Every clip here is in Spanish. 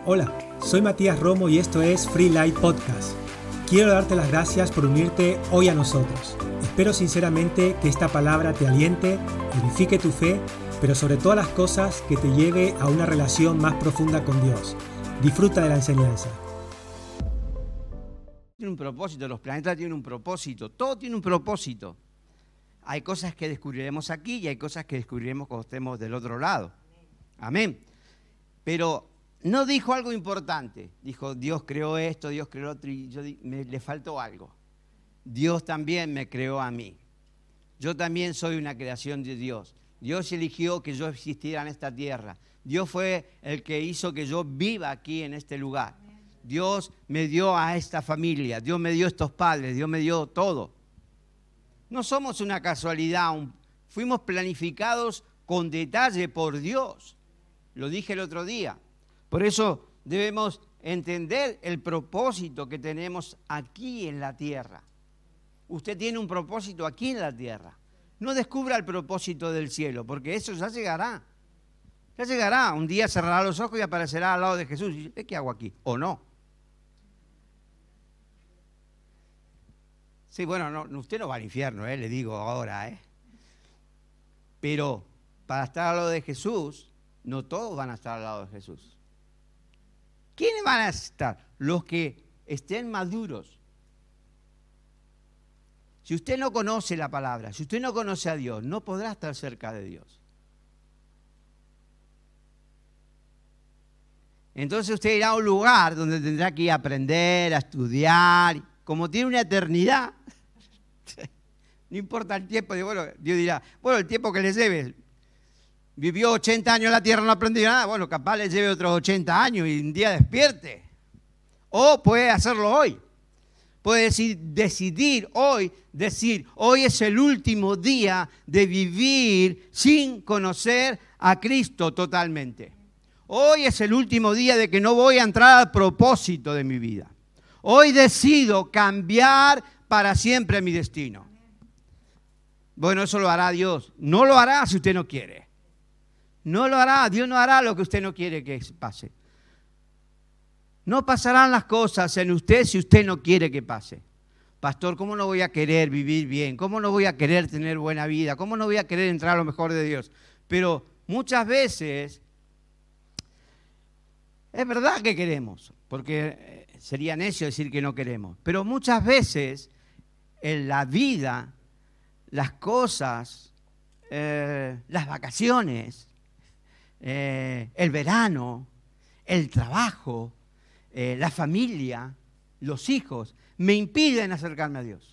Hola, soy Matías Romo y esto es Free Light Podcast. Quiero darte las gracias por unirte hoy a nosotros. Espero sinceramente que esta palabra te aliente, edifique tu fe, pero sobre todas las cosas que te lleve a una relación más profunda con Dios. Disfruta de la enseñanza. Tiene un propósito, los planetas tienen un propósito, todo tiene un propósito. Hay cosas que descubriremos aquí y hay cosas que descubriremos cuando estemos del otro lado. Amén. Pero no dijo algo importante. Dijo, Dios creó esto, Dios creó lo otro, y le faltó algo. Dios también me creó a mí. Yo también soy una creación de Dios. Dios eligió que yo existiera en esta tierra. Dios fue el que hizo que yo viva aquí en este lugar. Dios me dio a esta familia, Dios me dio estos padres, Dios me dio todo. No somos una casualidad, fuimos planificados con detalle por Dios. Lo dije el otro día. Por eso debemos entender el propósito que tenemos aquí en la tierra. Usted tiene un propósito aquí en la tierra. No descubra el propósito del cielo, porque eso ya llegará. Ya llegará. Un día cerrará los ojos y aparecerá al lado de Jesús. Y dice, ¿qué hago aquí? ¿O no? Sí, bueno, no, usted no va al infierno, le digo ahora. Pero para estar al lado de Jesús, no todos van a estar al lado de Jesús. ¿Quiénes van a estar? Los que estén maduros. Si usted no conoce la palabra, si usted no conoce a Dios, no podrá estar cerca de Dios. Entonces usted irá a un lugar donde tendrá que ir a aprender, a estudiar. Como tiene una eternidad, no importa el tiempo, Dios dirá, el tiempo que le lleve. Vivió 80 años en la tierra, no aprendió nada. Capaz le lleve otros 80 años y un día despierte. O puede hacerlo hoy. Puede decidir hoy, hoy es el último día de vivir sin conocer a Cristo totalmente. Hoy es el último día de que no voy a entrar al propósito de mi vida. Hoy decido cambiar para siempre mi destino. Bueno, eso lo hará Dios. No lo hará si usted no quiere. No lo hará, Dios no hará lo que usted no quiere que pase. No pasarán las cosas en usted si usted no quiere que pase. Pastor, ¿cómo no voy a querer vivir bien? ¿Cómo no voy a querer tener buena vida? ¿Cómo no voy a querer entrar a lo mejor de Dios? Pero muchas veces, es verdad que queremos, porque sería necio decir que no queremos. Pero muchas veces en la vida, las cosas, las vacaciones, el verano, el trabajo, la familia, los hijos, me impiden acercarme a Dios.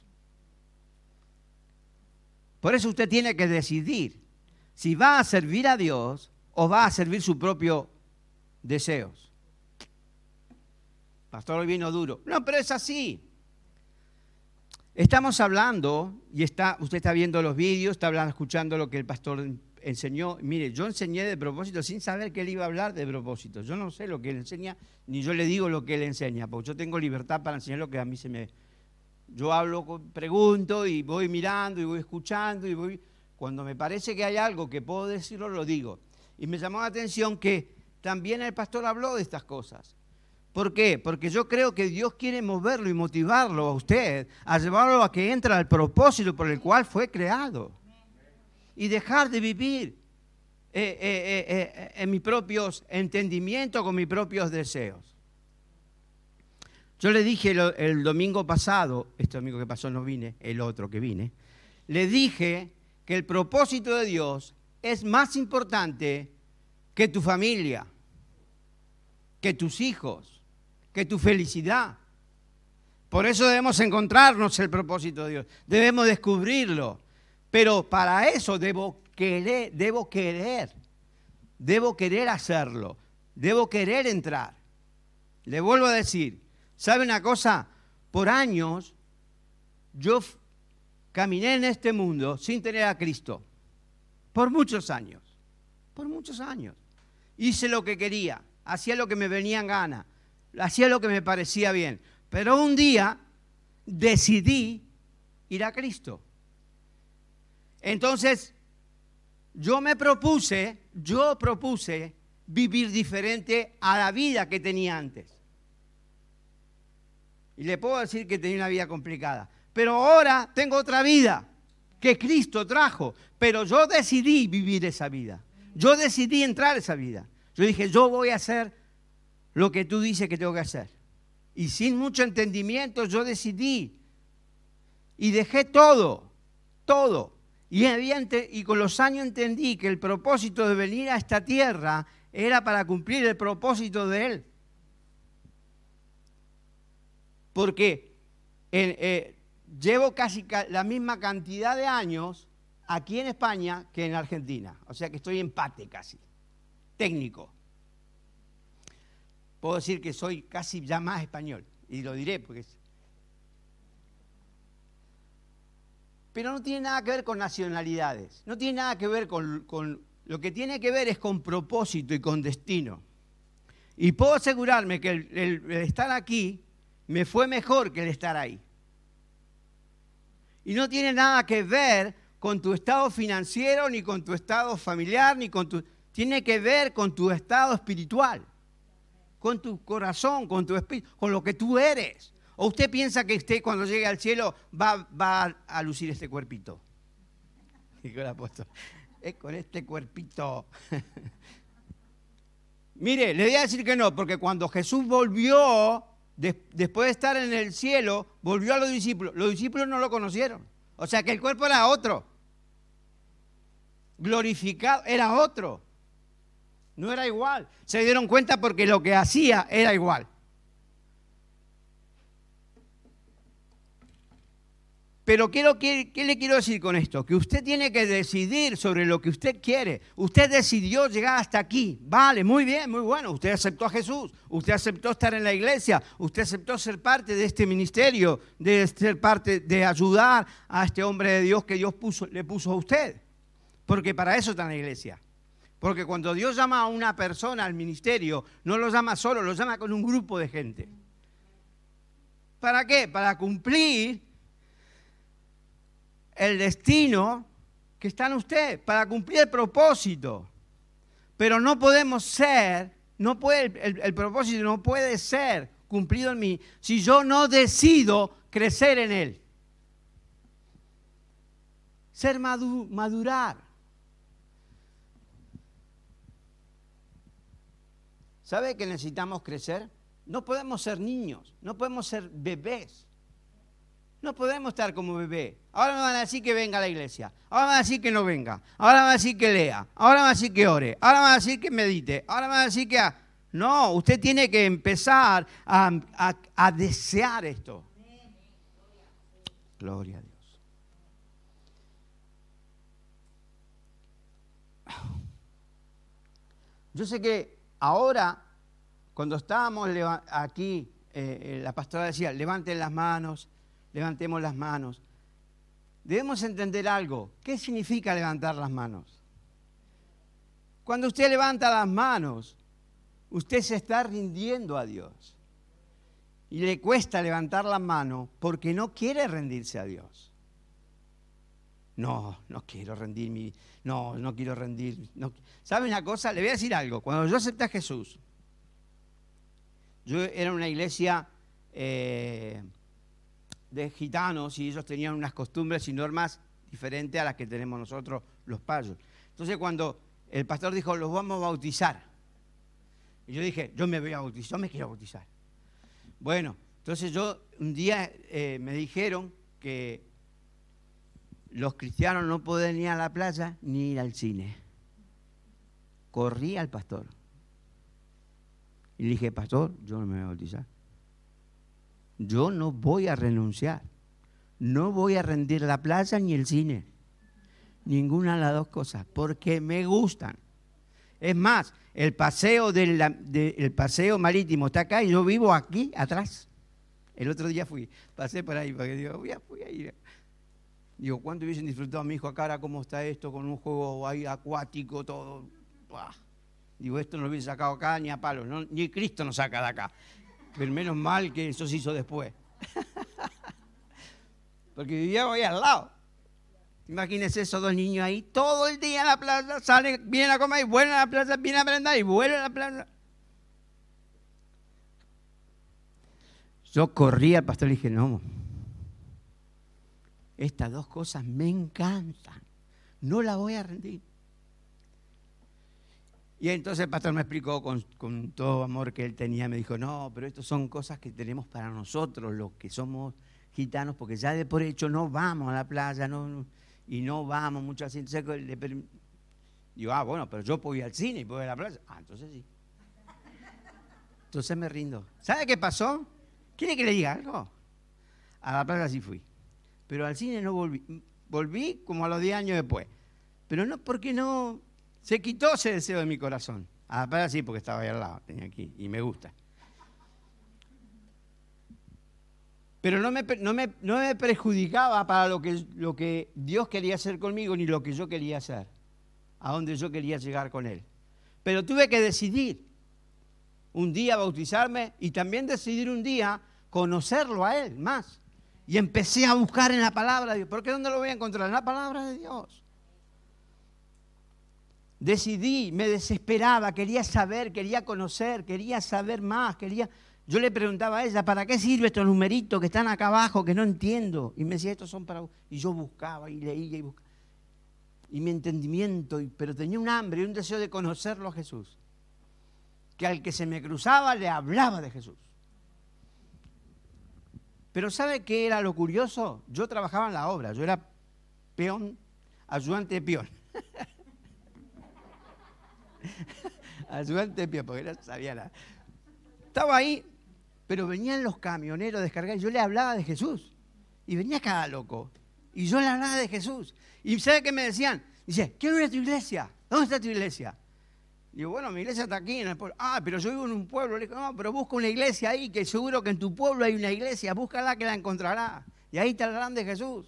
Por eso usted tiene que decidir si va a servir a Dios o va a servir sus propios deseos. Pastor, hoy vino duro. No, pero es así. Estamos hablando, y usted está viendo los vídeos, está escuchando lo que el pastor enseñó. Mire, yo enseñé de propósito sin saber que él iba a hablar de propósito. Yo no sé lo que él enseña, ni yo le digo lo que él enseña, porque yo tengo libertad para enseñar lo que a mí Yo hablo, pregunto y voy mirando y voy escuchando y cuando me parece que hay algo que puedo decirlo, lo digo. Y me llamó la atención que también el pastor habló de estas cosas. ¿Por qué? Porque yo creo que Dios quiere moverlo y motivarlo a usted, a llevarlo a que entre al propósito por el cual fue creado. Y dejar de vivir en mis propios entendimientos, con mis propios deseos. Yo le dije el domingo pasado, este domingo que pasó no vine, el otro que vine, le dije que el propósito de Dios es más importante que tu familia, que tus hijos, que tu felicidad. Por eso debemos encontrarnos el propósito de Dios, debemos descubrirlo. Pero para eso debo querer hacerlo, debo querer entrar. Le vuelvo a decir, ¿sabe una cosa? Por años yo caminé en este mundo sin tener a Cristo. Por muchos años. Hice lo que quería, hacía lo que me venía en gana, hacía lo que me parecía bien. Pero un día decidí ir a Cristo. Entonces, yo propuse vivir diferente a la vida que tenía antes. Y le puedo decir que tenía una vida complicada. Pero ahora tengo otra vida que Cristo trajo. Pero yo decidí vivir esa vida. Yo decidí entrar a esa vida. Yo dije, yo voy a hacer lo que tú dices que tengo que hacer. Y sin mucho entendimiento yo decidí. Y dejé todo. Y con los años entendí que el propósito de venir a esta tierra era para cumplir el propósito de Él. Porque llevo casi la misma cantidad de años aquí en España que en Argentina. O sea que estoy empate casi, técnico. Puedo decir que soy casi ya más español, y lo diré porque... Pero no tiene nada que ver con nacionalidades, no tiene nada que ver con... Lo que tiene que ver es con propósito y con destino. Y puedo asegurarme que el estar aquí me fue mejor que el estar ahí. Y no tiene nada que ver con tu estado financiero, ni con tu estado familiar, tiene que ver con tu estado espiritual, con tu corazón, con tu espíritu, con lo que tú eres. ¿O usted piensa que usted cuando llegue al cielo va a lucir este cuerpito? Dijo el apóstol. Es con este cuerpito. Mire, le voy a decir que no, porque cuando Jesús volvió, después de estar en el cielo, volvió a los discípulos no lo conocieron. O sea que el cuerpo era otro. Glorificado, era otro. No era igual. Se dieron cuenta porque lo que hacía era igual. Pero ¿qué le quiero decir con esto? Que usted tiene que decidir sobre lo que usted quiere. Usted decidió llegar hasta aquí. Vale, muy bien, muy bueno. Usted aceptó a Jesús. Usted aceptó estar en la iglesia. Usted aceptó ser parte de este ministerio, de ser parte, de ayudar a este hombre de Dios que Dios le puso a usted. Porque para eso está en la iglesia. Porque cuando Dios llama a una persona al ministerio, no lo llama solo, lo llama con un grupo de gente. ¿Para qué? Para cumplir el destino que está en usted, para cumplir el propósito. Pero no podemos ser, el propósito no puede ser cumplido en mí si yo no decido crecer en él. Ser madurar. ¿Sabe que necesitamos crecer? No podemos ser niños, no podemos ser bebés. No podemos estar como bebé. Ahora me van a decir que venga a la iglesia. Ahora me van a decir que no venga. Ahora me van a decir que lea. Ahora me van a decir que ore. Ahora me van a decir que medite. Ahora me van a decir que... No, usted tiene que empezar a desear esto. Gloria a Dios. Yo sé que ahora, cuando estábamos aquí, la pastora decía, levanten las manos. Levantemos las manos. Debemos entender algo. ¿Qué significa levantar las manos? Cuando usted levanta las manos, usted se está rindiendo a Dios. Y le cuesta levantar la mano porque no quiere rendirse a Dios. No quiero rendir no quiero rendir. No. ¿Sabe una cosa? Le voy a decir algo. Cuando yo acepté a Jesús, yo era una iglesia... de gitanos, y ellos tenían unas costumbres y normas diferentes a las que tenemos nosotros los payos. Entonces cuando el pastor dijo, los vamos a bautizar, y yo dije, yo me voy a bautizar, yo me quiero bautizar. Bueno, entonces un día me dijeron que los cristianos no pueden ir a la playa ni ir al cine. Corrí al pastor y le dije, pastor, yo no me voy a bautizar. Yo no voy a renunciar. No voy a rendir la playa ni el cine. Ninguna de las dos cosas, porque me gustan. Es más, el paseo marítimo está acá y yo vivo aquí atrás. El otro día pasé por ahí, porque digo, voy a ir. Digo, ¿cuánto hubiesen disfrutado mi hijo acá? Ahora cómo está esto, con un juego ahí acuático, todo. ¡Buah! Digo, esto no lo hubiese sacado acá ni a palos, ¿no? Ni Cristo nos saca de acá. Pero menos mal que eso se hizo después. Porque vivía ahí al lado. Imagínense esos dos niños ahí todo el día en la plaza, salen, vienen a comer y vuelven a la plaza, vienen a merendar y vuelven a la plaza. Yo corrí al pastor y le dije, no, estas dos cosas me encantan, no las voy a rendir. Y entonces el pastor me explicó con todo amor que él tenía, me dijo, no, pero estas son cosas que tenemos para nosotros, los que somos gitanos, porque ya de por hecho no vamos a la playa, y no vamos mucho al cine. Digo, bueno, pero yo puedo ir al cine y puedo ir a la playa. Entonces sí. Entonces me rindo. ¿Sabe qué pasó? ¿Quiere que le diga algo? A la playa sí fui, pero al cine no volví. Volví como a los 10 años después. Pero no, porque no, se quitó ese deseo de mi corazón. A la playa sí, porque estaba ahí al lado, tenía aquí, y me gusta. Pero no me perjudicaba para lo que Dios quería hacer conmigo, ni lo que yo quería hacer, a donde yo quería llegar con Él. Pero tuve que decidir un día bautizarme y también decidir un día conocerlo a Él más. Y empecé a buscar en la palabra de Dios. ¿Por qué dónde lo voy a encontrar? En la palabra de Dios. Decidí, me desesperaba, quería saber, quería conocer, quería saber más, Yo le preguntaba a ella, ¿para qué sirven estos numeritos que están acá abajo que no entiendo? Y me decía, estos son para... Y yo buscaba y leía y buscaba. Y mi entendimiento, pero tenía un hambre y un deseo de conocerlo a Jesús. Que al que se me cruzaba le hablaba de Jesús. Pero ¿sabe qué era lo curioso? Yo trabajaba en la obra, yo era peón, ayudante de peón. Ayudante de peón, porque no sabía nada. Estaba ahí, pero venían los camioneros a descargar y yo le hablaba de Jesús. Y venía cada loco. Y yo le hablaba de Jesús. ¿Y sabe qué me decían? Dice, quiero ir a tu iglesia. ¿Dónde está tu iglesia? Digo, bueno, mi iglesia está aquí en el pueblo. Pero yo vivo en un pueblo. Le digo, no, pero busca una iglesia ahí, que seguro que en tu pueblo hay una iglesia. Búscala que la encontrarás. Y ahí te hablarán de Jesús.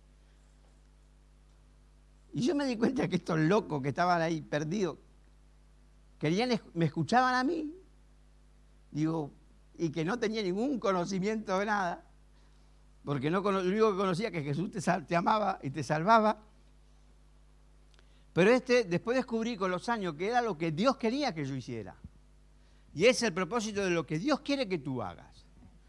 Y yo me di cuenta que estos locos que estaban ahí perdidos, me escuchaban a mí. Digo, y que no tenía ningún conocimiento de nada. Porque lo único que conocía que Jesús te amaba y te salvaba. Pero después descubrí con los años que era lo que Dios quería que yo hiciera. Y es el propósito de lo que Dios quiere que tú hagas.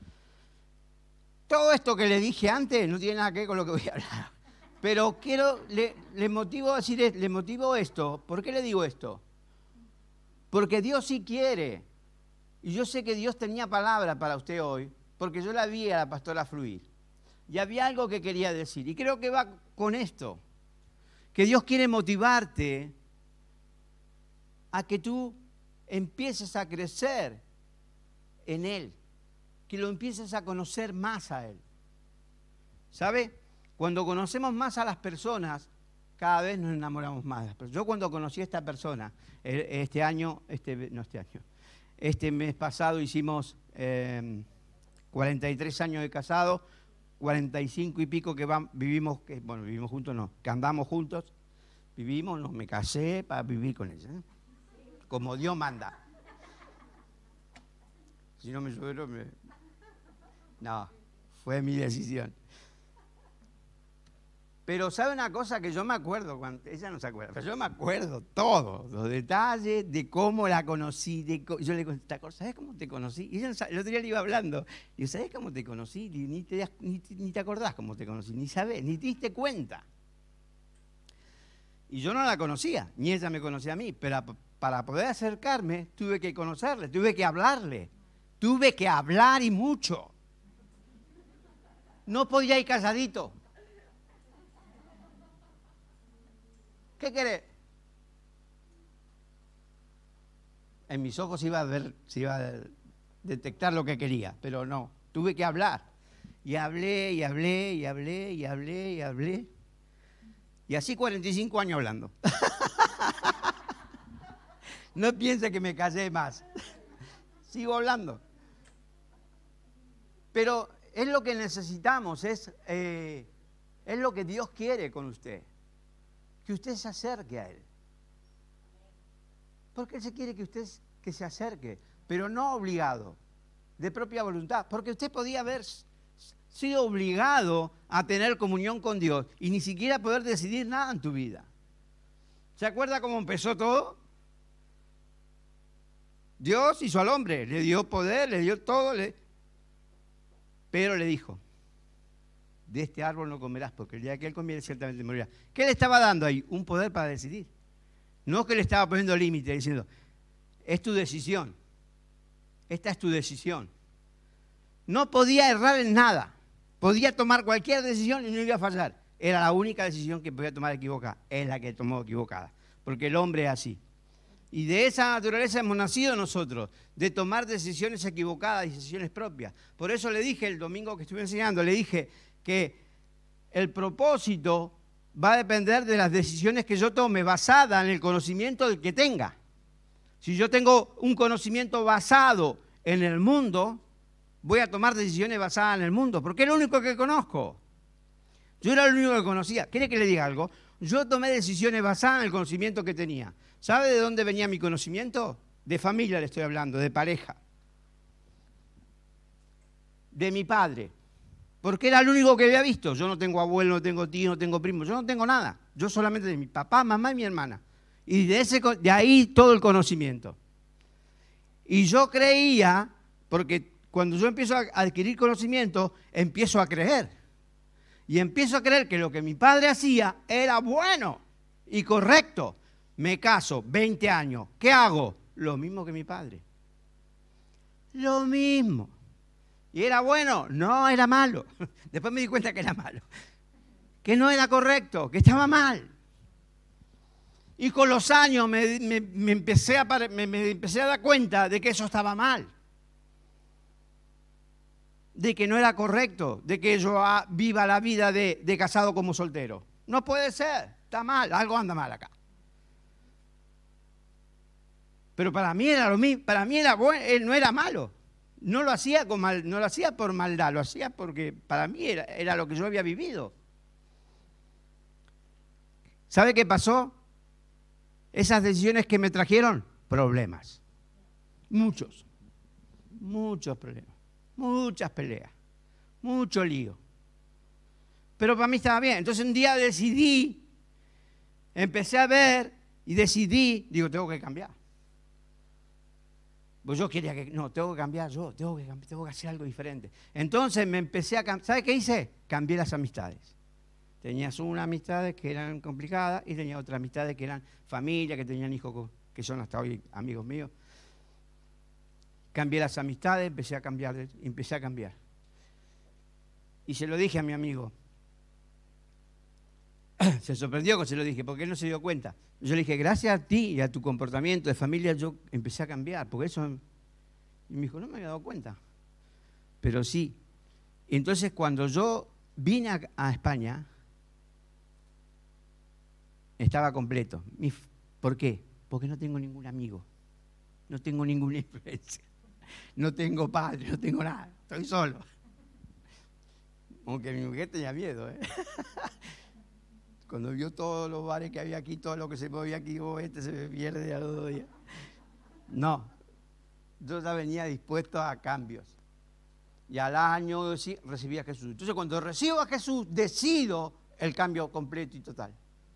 Todo esto que le dije antes no tiene nada que ver con lo que voy a hablar. Pero le motivo esto. ¿Por qué le digo esto? Porque Dios sí quiere. Y yo sé que Dios tenía palabra para usted hoy, porque yo la vi a la pastora fluir. Y había algo que quería decir. Y creo que va con esto. Que Dios quiere motivarte a que tú empieces a crecer en Él, que lo empieces a conocer más a Él. ¿Sabe? Cuando conocemos más a las personas, cada vez nos enamoramos más. Yo cuando conocí a esta persona, este mes pasado hicimos 43 años de casado, 45 y pico que vivimos juntos, no, que andamos juntos, me casé para vivir con ella, ¿eh? Como Dios manda. Si no me suelo, no, fue mi decisión. Pero ¿sabe una cosa que yo me acuerdo? Ella no se acuerda, pero yo me acuerdo todo, los detalles de cómo la conocí. Yo le digo, ¿sabes cómo te conocí? Y ella el otro día le iba hablando. Digo, ¿sabes cómo te conocí? Ni te acordás cómo te conocí, ni sabés, ni te diste cuenta. Y yo no la conocía, ni ella me conocía a mí, pero para poder acercarme tuve que conocerle, tuve que hablarle, tuve que hablar y mucho. No podía ir calladito. ¿Qué querés? En mis ojos se iba a detectar lo que quería, pero no, tuve que hablar. Y hablé. Y así 45 años hablando. No piense que me callé más. Sigo hablando. Pero es lo que necesitamos, es lo que Dios quiere con usted. Que usted se acerque a Él. Porque Él se quiere que se acerque, pero no obligado, de propia voluntad. Porque usted podía haber sido obligado a tener comunión con Dios y ni siquiera poder decidir nada en tu vida. ¿Se acuerda cómo empezó todo? Dios hizo al hombre, le dio poder, le dio todo, pero le dijo, de este árbol no comerás, porque el día que él comiere ciertamente morirá. ¿Qué le estaba dando ahí? Un poder para decidir. No que le estaba poniendo límite, diciendo, es tu decisión, esta es tu decisión. No podía errar en nada, podía tomar cualquier decisión y no iba a fallar. Era la única decisión que podía tomar equivocada, es la que tomó equivocada, porque el hombre es así. Y de esa naturaleza hemos nacido nosotros, de tomar decisiones equivocadas y decisiones propias. Por eso le dije el domingo que estuve enseñando, le dije que el propósito va a depender de las decisiones que yo tome basada en el conocimiento del que tenga. Si yo tengo un conocimiento basado en el mundo, voy a tomar decisiones basadas en el mundo, porque es lo único que conozco. Yo era el único que conocía. ¿Quiere que le diga algo? Yo tomé decisiones basadas en el conocimiento que tenía. ¿Sabe de dónde venía mi conocimiento? De familia le estoy hablando, de pareja. De mi padre. Porque era el único que había visto. Yo no tengo abuelo, no tengo tío, no tengo primo. Yo no tengo nada. Yo solamente de mi papá, mamá y mi hermana. Y de ahí todo el conocimiento. Y yo creía, porque cuando yo empiezo a adquirir conocimiento, empiezo a creer. Y empiezo a creer que lo que mi padre hacía era bueno y correcto. Me caso, 20 años. ¿Qué hago? Lo mismo que mi padre. Lo mismo. ¿Y era bueno? No, era malo. Después me di cuenta que era malo. Que no era correcto, que estaba mal. Y con los años me empecé a dar cuenta de que eso estaba mal. De que no era correcto, de que yo viva la vida de casado como soltero. No puede ser, está mal, algo anda mal acá. Pero para mí era lo mismo, para mí era bueno, él no era malo. No lo hacía no lo hacía por maldad, lo hacía porque para mí era lo que yo había vivido. ¿Sabe qué pasó? Esas decisiones que me trajeron, problemas. Muchos problemas. Muchas peleas, mucho lío. Pero para mí estaba bien. Entonces un día decidí, empecé a ver y decidí, digo, tengo que cambiar. Pues yo quería que, no, tengo que cambiar yo, tengo que hacer algo diferente. Entonces me empecé a cambiar. ¿Sabe qué hice? Cambié las amistades. Tenías unas amistades que eran complicadas y tenía otras amistades que eran familia, que tenían hijos que son hasta hoy amigos míos. Cambié las amistades, empecé a cambiar. Y se lo dije a mi amigo. Se sorprendió cuando se lo dije, porque él no se dio cuenta. Yo le dije, gracias a ti y a tu comportamiento de familia, yo empecé a cambiar, porque eso... Y me dijo, no me había dado cuenta. Pero sí. Y entonces cuando yo vine a España, estaba completo. ¿Por qué? Porque no tengo ningún amigo. No tengo ninguna influencia. No tengo padre, no tengo nada. Estoy solo. Aunque mi mujer tenía miedo, Cuando vio todos los bares que había aquí, todo lo que se movía aquí, se me pierde a los 2 días. No. Yo ya venía dispuesto a cambios. Y al año sí, recibí a Jesús. Entonces cuando recibo a Jesús, decido el cambio completo y total.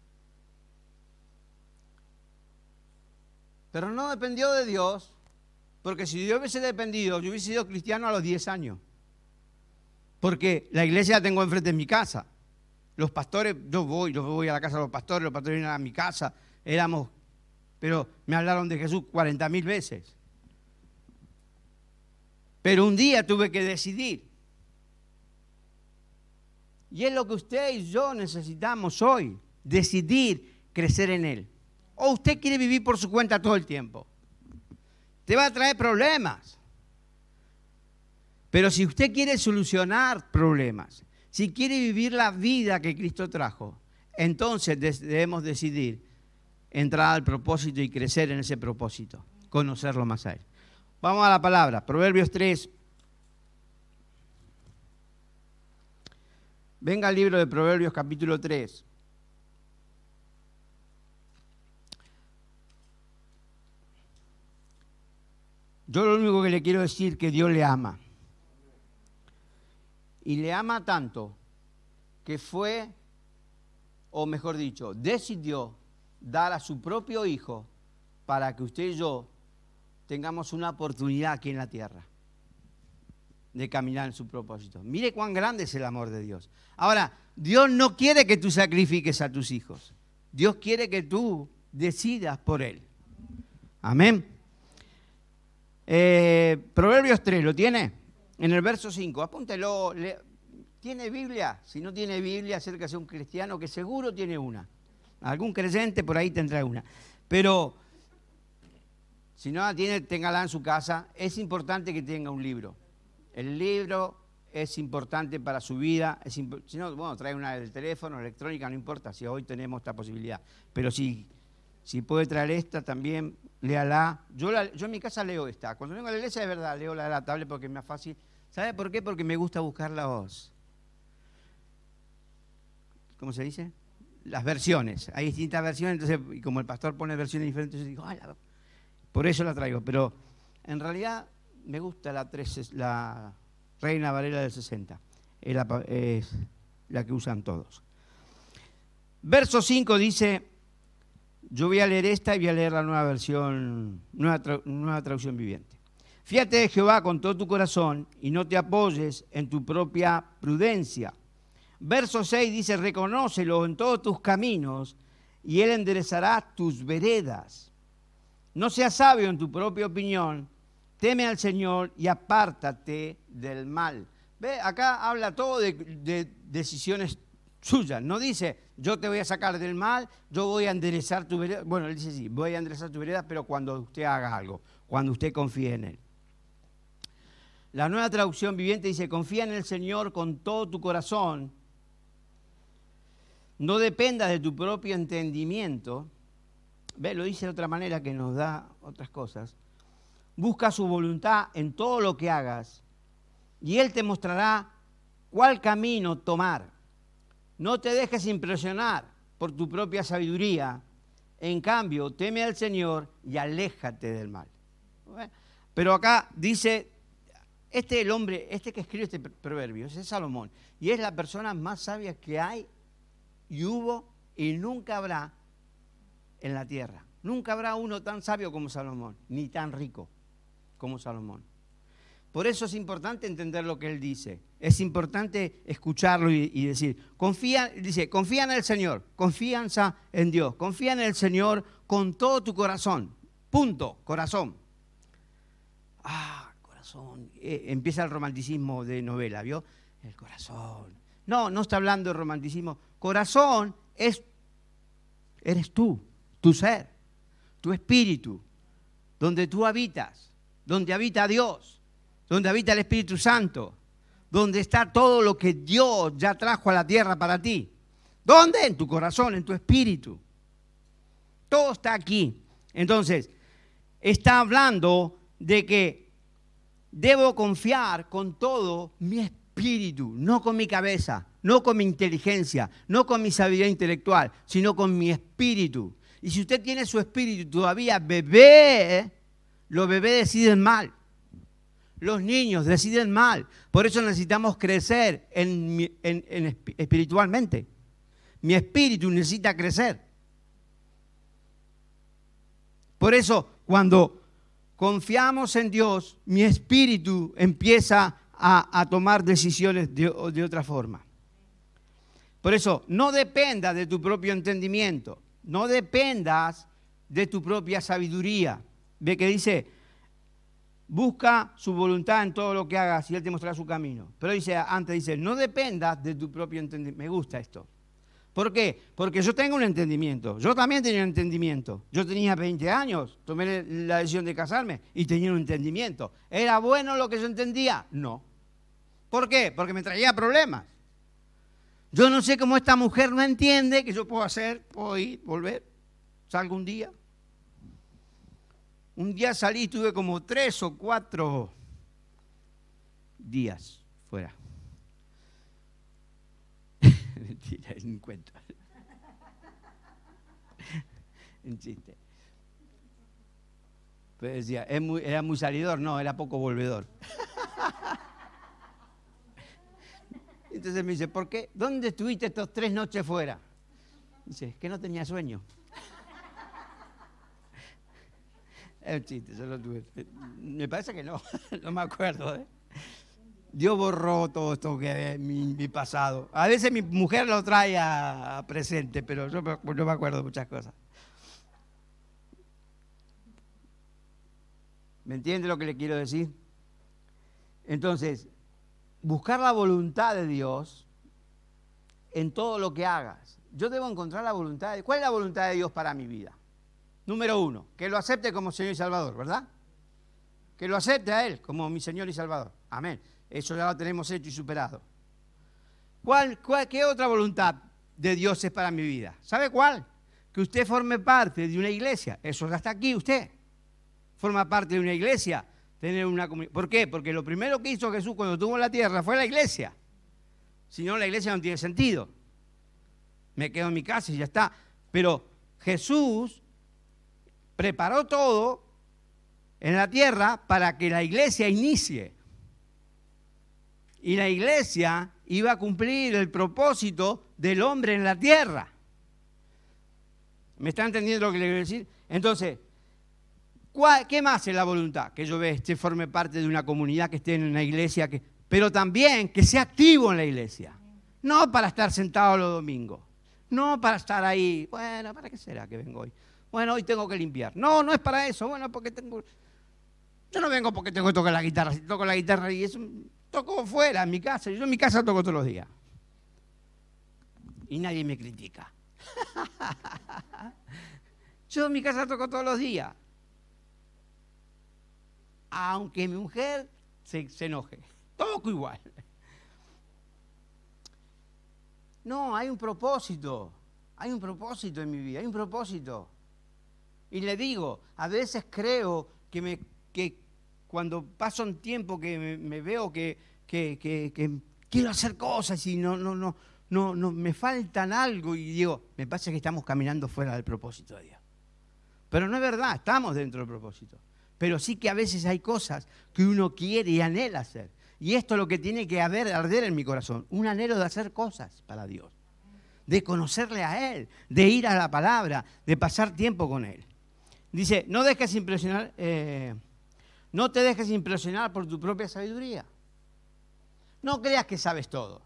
Pero no dependió de Dios, porque si Dios hubiese dependido, yo hubiese sido cristiano a los 10 años. Porque la iglesia la tengo enfrente de mi casa. Los pastores, yo voy a la casa de los pastores vienen a mi casa, pero me hablaron de Jesús 40.000 veces. Pero un día tuve que decidir. Y es lo que usted y yo necesitamos hoy, decidir crecer en Él. O usted quiere vivir por su cuenta todo el tiempo. Te va a traer problemas. Pero si usted quiere solucionar problemas, si quiere vivir la vida que Cristo trajo, entonces debemos decidir entrar al propósito y crecer en ese propósito, conocerlo más a Él. Vamos a la palabra, Proverbios 3. Venga al libro de Proverbios capítulo 3. Yo lo único que le quiero decir es que Dios le ama. Y le ama tanto que fue, o mejor dicho, decidió dar a su propio Hijo para que usted y yo tengamos una oportunidad aquí en la tierra de caminar en su propósito. Mire cuán grande es el amor de Dios. Ahora, Dios no quiere que tú sacrifiques a tus hijos. Dios quiere que tú decidas por Él. Amén. Proverbios 3, ¿lo tiene? En el verso 5, apúntelo. ¿Tiene Biblia? Si no tiene Biblia, acérquese a un cristiano que seguro tiene una. Algún creyente por ahí tendrá una. Pero si no la tiene, téngala en su casa. Es importante que tenga un libro. El libro es importante para su vida. Si no, bueno, trae una del teléfono, electrónica, no importa, si hoy tenemos esta posibilidad. Pero si puede traer esta también, léala. Yo en mi casa leo esta. Cuando vengo a la iglesia, de verdad, leo la de la tablet porque es más fácil. ¿Sabe por qué? Porque me gusta buscar la voz. ¿Cómo se dice? Las versiones. Hay distintas versiones, entonces, y como el pastor pone versiones diferentes, yo digo, por eso la traigo. Pero en realidad me gusta la Reina Valera del 60. Es la que usan todos. Verso 5 dice, yo voy a leer esta y voy a leer la nueva versión, nueva traducción viviente. Fíate de Jehová con todo tu corazón y no te apoyes en tu propia prudencia. Verso 6 dice, reconócelo en todos tus caminos y Él enderezará tus veredas. No seas sabio en tu propia opinión, teme al Señor y apártate del mal. ¿Ve? Acá habla todo de decisiones suyas. No dice, yo te voy a sacar del mal, yo voy a enderezar tu vereda. Bueno, él dice sí, voy a enderezar tu vereda, pero cuando usted haga algo, cuando usted confíe en Él. La nueva traducción viviente dice, confía en el Señor con todo tu corazón. No dependas de tu propio entendimiento. ¿Ve? Lo dice de otra manera que nos da otras cosas. Busca su voluntad en todo lo que hagas y Él te mostrará cuál camino tomar. No te dejes impresionar por tu propia sabiduría. En cambio, teme al Señor y aléjate del mal. Pero acá dice, el hombre que escribe este proverbio es Salomón. Y es la persona más sabia que hay y hubo y nunca habrá en la tierra. Nunca habrá uno tan sabio como Salomón, ni tan rico como Salomón. Por eso es importante entender lo que él dice. Es importante escucharlo y decir, confía en el Señor, confianza en Dios, confía en el Señor con todo tu corazón. Punto, corazón. Corazón. Empieza el romanticismo de novela, ¿vio? El corazón. No está hablando de romanticismo. Corazón eres tú, tu ser, tu espíritu, donde tú habitas, donde habita Dios, donde habita el Espíritu Santo, donde está todo lo que Dios ya trajo a la tierra para ti. ¿Dónde? En tu corazón, en tu espíritu. Todo está aquí. Entonces, está hablando de que debo confiar con todo mi espíritu, no con mi cabeza, no con mi inteligencia, no con mi sabiduría intelectual, sino con mi espíritu. Y si usted tiene su espíritu todavía bebé, los bebés deciden mal. Los niños deciden mal. Por eso necesitamos crecer espiritualmente. Mi espíritu necesita crecer. Por eso, cuando confiamos en Dios, mi espíritu empieza a tomar decisiones de otra forma. Por eso, no dependas de tu propio entendimiento. No dependas de tu propia sabiduría. Ve que dice, busca su voluntad en todo lo que hagas y Él te mostrará su camino. Pero dice, no dependas de tu propio entendimiento. Me gusta esto. ¿Por qué? Porque yo tengo un entendimiento. Yo también tenía un entendimiento. Yo tenía 20 años, tomé la decisión de casarme y tenía un entendimiento. ¿Era bueno lo que yo entendía? No. ¿Por qué? Porque me traía problemas. Yo no sé cómo esta mujer no entiende que yo puedo ir, volver, salgo un día. Un día salí, tuve como 3 o 4 días fuera. Mentira, es un cuento. Un chiste. Pero decía, era muy salidor, no, era poco volvedor. entonces me dice, ¿por qué? ¿Dónde estuviste estos 3 noches fuera? Dice, que no tenía sueño. Es un chiste, yo lo tuve. Me parece que no, no me acuerdo. Dios borró todo esto que es mi pasado. A veces mi mujer lo trae a presente, pero yo no me acuerdo de muchas cosas. ¿Me entiende lo que le quiero decir? Entonces, buscar la voluntad de Dios en todo lo que hagas. Yo debo encontrar la voluntad ¿Cuál es la voluntad de Dios para mi vida? Número 1, que lo acepte como Señor y Salvador, ¿verdad? Que lo acepte a Él como mi Señor y Salvador. Amén. Eso ya lo tenemos hecho y superado. ¿Qué otra voluntad de Dios es para mi vida? ¿Sabe cuál? Que usted forme parte de una iglesia. Eso ya está aquí, usted. Forma parte de una iglesia, tener una comunidad. ¿Por qué? Porque lo primero que hizo Jesús cuando estuvo en la tierra fue la iglesia. Si no, la iglesia no tiene sentido. Me quedo en mi casa y ya está. Pero Jesús preparó todo en la tierra para que la iglesia inicie. Y la iglesia iba a cumplir el propósito del hombre en la tierra. ¿Me está entendiendo lo que le quiero decir? Entonces, ¿qué más es la voluntad? Que yo forme parte de una comunidad, que esté en una iglesia, pero también que sea activo en la iglesia. No para estar sentado los domingos. No para estar ahí. Bueno, ¿para qué será que vengo hoy? Bueno, hoy tengo que limpiar. No, no es para eso. Bueno, porque yo no vengo porque tengo que tocar la guitarra. Si toco la guitarra y eso, toco fuera, en mi casa. Yo en mi casa toco todos los días. Y nadie me critica. Yo en mi casa toco todos los días. Aunque mi mujer se enoje. Toco igual. No, hay un propósito. Hay un propósito en mi vida. Hay un propósito. Y le digo, a veces creo que cuando pasa un tiempo que me veo que quiero hacer cosas y no, me faltan algo y digo, me parece que estamos caminando fuera del propósito de Dios. Pero no es verdad, estamos dentro del propósito. Pero sí que a veces hay cosas que uno quiere y anhela hacer. Y esto es lo que tiene que arder en mi corazón, un anhelo de hacer cosas para Dios, de conocerle a Él, de ir a la palabra, de pasar tiempo con Él. Dice, no te dejes impresionar por tu propia sabiduría. No creas que sabes todo.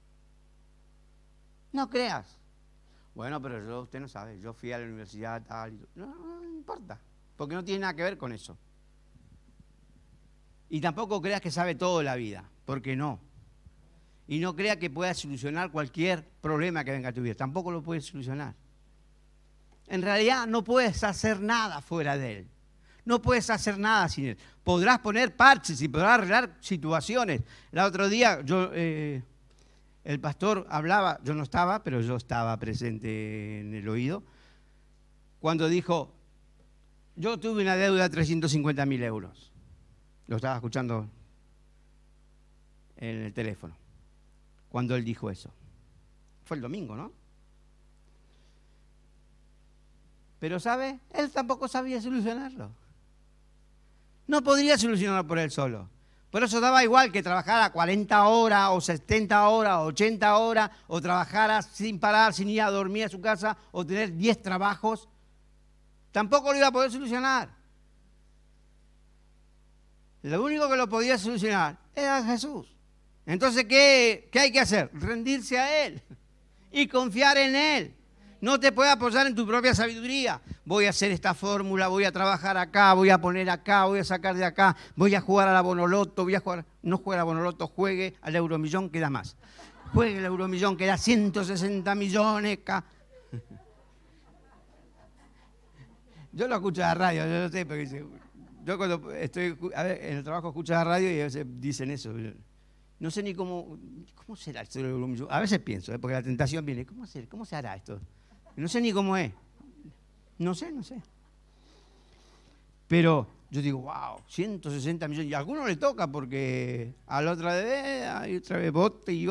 No creas. Bueno, pero usted no sabe, yo fui a la universidad tal. No importa, porque no tiene nada que ver con eso. Y tampoco creas que sabe todo de la vida, porque no. Y no creas que puedas solucionar cualquier problema que venga a tu vida, tampoco lo puedes solucionar. En realidad no puedes hacer nada fuera de Él. No puedes hacer nada sin Él. Podrás poner parches y podrás arreglar situaciones. El otro día el pastor hablaba, yo no estaba, pero yo estaba presente en el oído, cuando dijo, yo tuve una deuda de 350.000 euros. Lo estaba escuchando en el teléfono, cuando él dijo eso. Fue el domingo, ¿no? Pero, ¿sabe? Él tampoco sabía solucionarlo. No podría solucionarlo por él solo. Por eso daba igual que trabajara 40 horas, o 70 horas, o 80 horas, o trabajara sin parar, sin ir a dormir a su casa, o tener 10 trabajos. Tampoco lo iba a poder solucionar. Lo único que lo podía solucionar era Jesús. Entonces, ¿qué hay que hacer? Rendirse a Él y confiar en Él. No te puedes apoyar en tu propia sabiduría. Voy a hacer esta fórmula, voy a trabajar acá, voy a poner acá, voy a sacar de acá, voy a jugar a la Bonoloto, no juegue a la Bonoloto, juegue al Euromillón que da más. Juegue al Euromillón que da 160 millones. Yo lo escucho en la radio, yo no sé, porque yo cuando estoy en el trabajo escucho la radio y a veces dicen eso. No sé ni cómo será esto del Euromillón. A veces pienso, porque la tentación viene, ¿cómo se hará esto? No sé ni cómo es. No sé. Pero yo digo, wow, 160 millones. Y a alguno le toca porque a la otra vez bote.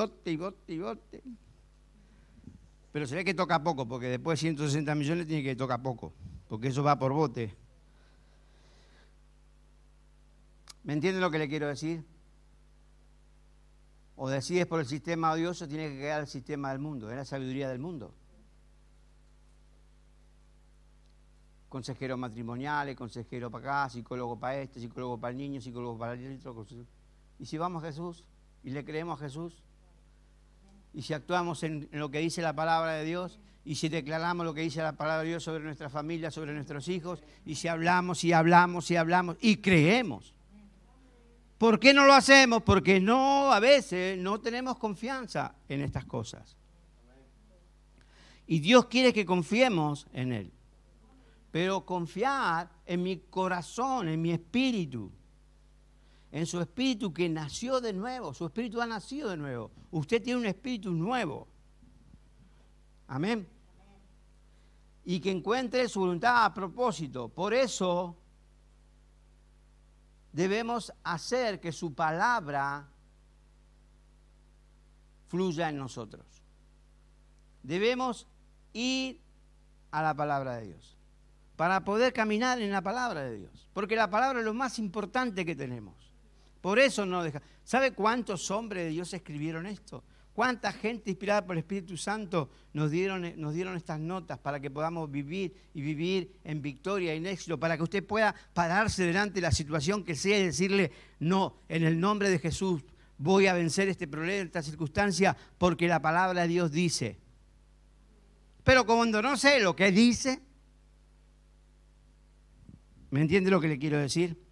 Pero se ve que toca poco, porque después de 160 millones tiene que tocar poco, porque eso va por bote. ¿Me entienden lo que le quiero decir? o decides por el sistema de Dios o tienes que quedar el sistema del mundo, es la sabiduría del mundo. Consejeros matrimoniales, consejero para acá, psicólogo para este, psicólogo para el niño, psicólogo para el otro. ¿Y si vamos a Jesús y le creemos a Jesús? ¿Y si actuamos en lo que dice la palabra de Dios? ¿Y si declaramos lo que dice la palabra de Dios sobre nuestra familia, sobre nuestros hijos? ¿Y si hablamos y creemos? ¿Por qué no lo hacemos? Porque a veces no tenemos confianza en estas cosas. Y Dios quiere que confiemos en Él. Pero confiar en mi corazón, en mi espíritu, en su espíritu que nació de nuevo. Su espíritu ha nacido de nuevo. Usted tiene un espíritu nuevo. Amén. Y que encuentre su voluntad a propósito. Por eso debemos hacer que su palabra fluya en nosotros. Debemos ir a la palabra de Dios para poder caminar en la palabra de Dios. Porque la palabra es lo más importante que tenemos. Por eso no deja. ¿Sabe cuántos hombres de Dios escribieron esto? ¿Cuánta gente inspirada por el Espíritu Santo nos dieron estas notas para que podamos vivir y vivir en victoria y en éxito? Para que usted pueda pararse delante de la situación que sea y decirle, no, en el nombre de Jesús voy a vencer este problema, esta circunstancia, porque la palabra de Dios dice. Pero cuando no sé lo que dice, ¿me entiende lo que le quiero decir?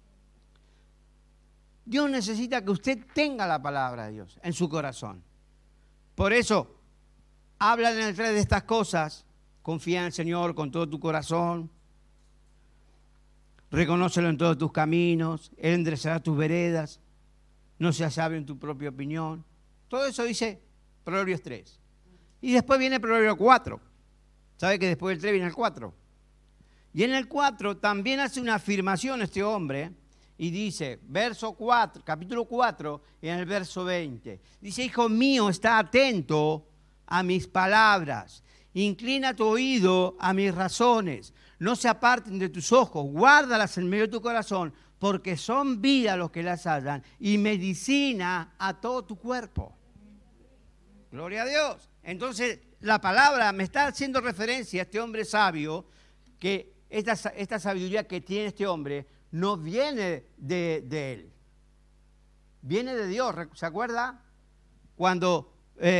Dios necesita que usted tenga la palabra de Dios en su corazón. Por eso, habla en el 3 de estas cosas. Confía en el Señor con todo tu corazón. Reconócelo en todos tus caminos. Él enderezará tus veredas. No seas sabio en tu propia opinión. Todo eso dice Proverbios 3. Y después viene Proverbios 4. ¿Sabe que después del 3 viene el 4? Y en el 4 también hace una afirmación este hombre. Y dice, verso 4, capítulo 4, en el verso 20. Dice, hijo mío, está atento a mis palabras. Inclina tu oído a mis razones. No se aparten de tus ojos. Guárdalas en medio de tu corazón, porque son vida los que las hallan y medicina a todo tu cuerpo. Gloria a Dios. Entonces, la palabra me está haciendo referencia a este hombre sabio, que esta sabiduría que tiene este hombre no viene de él, viene de Dios. ¿Se acuerda? Cuando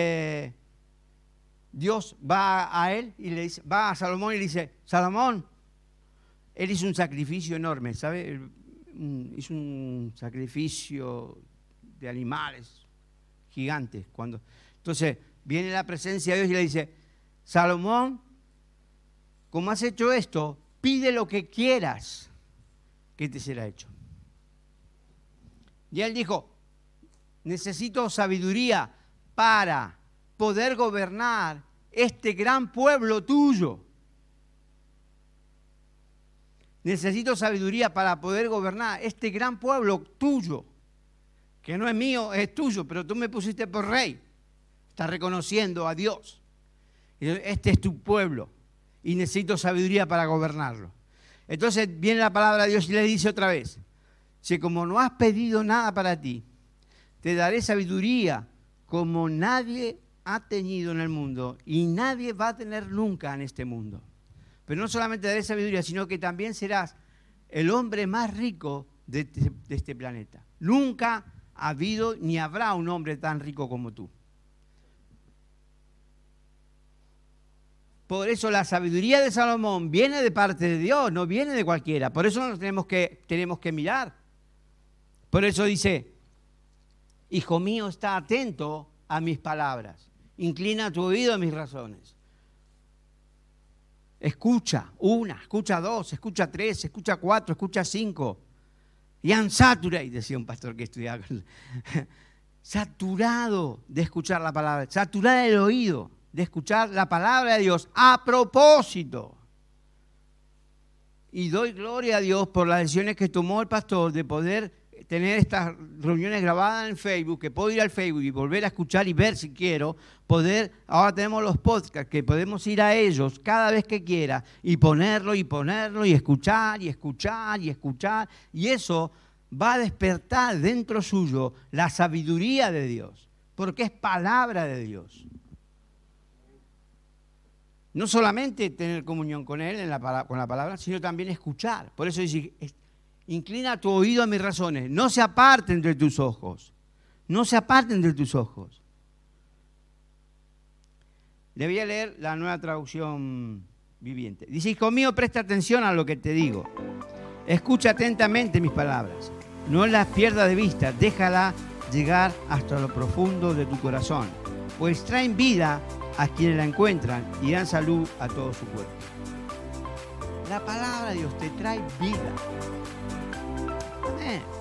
Dios va a él y le dice, va a Salomón y le dice, Salomón, él hizo un sacrificio enorme, ¿sabe? Hizo un sacrificio de animales gigantes. Entonces viene la presencia de Dios y le dice, Salomón, como has hecho esto, pide lo que quieras, que te será hecho. Y él dijo, necesito sabiduría para poder gobernar este gran pueblo tuyo. Necesito sabiduría para poder gobernar este gran pueblo tuyo, que no es mío, es tuyo, pero tú me pusiste por rey. Estás reconociendo a Dios. Este es tu pueblo y necesito sabiduría para gobernarlo. Entonces viene la palabra de Dios y le dice otra vez, si como no has pedido nada para ti, te daré sabiduría como nadie ha tenido en el mundo y nadie va a tener nunca en este mundo. Pero no solamente daré sabiduría, sino que también serás el hombre más rico de este planeta. Nunca ha habido ni habrá un hombre tan rico como tú. Por eso la sabiduría de Salomón viene de parte de Dios, no viene de cualquiera. Por eso nos tenemos que mirar. Por eso dice, hijo mío, está atento a mis palabras. Inclina tu oído a mis razones. Escucha 1, escucha 2, escucha 3, escucha 4, escucha 5. Y unsaturate, decía un pastor que estudiaba. Saturado de escuchar la palabra, saturado el oído de escuchar la palabra de Dios a propósito. Y doy gloria a Dios por las decisiones que tomó el pastor de poder tener estas reuniones grabadas en Facebook, que puedo ir al Facebook y volver a escuchar y ver si quiero, ahora tenemos los podcasts que podemos ir a ellos cada vez que quiera y ponerlo y escuchar y escuchar y escuchar, y eso va a despertar dentro suyo la sabiduría de Dios. porque es palabra de Dios. No solamente tener comunión con Él con la palabra, sino también escuchar. Por eso dice, inclina tu oído a mis razones, no se aparten de tus ojos. No se aparten de tus ojos. Le voy a leer la Nueva Traducción Viviente. Dice, hijo mío, presta atención a lo que te digo. Escucha atentamente mis palabras. No las pierdas de vista, déjala llegar hasta lo profundo de tu corazón, pues traen vida a quienes la encuentran y dan salud a todo su cuerpo. La palabra de Dios te trae vida. Amén.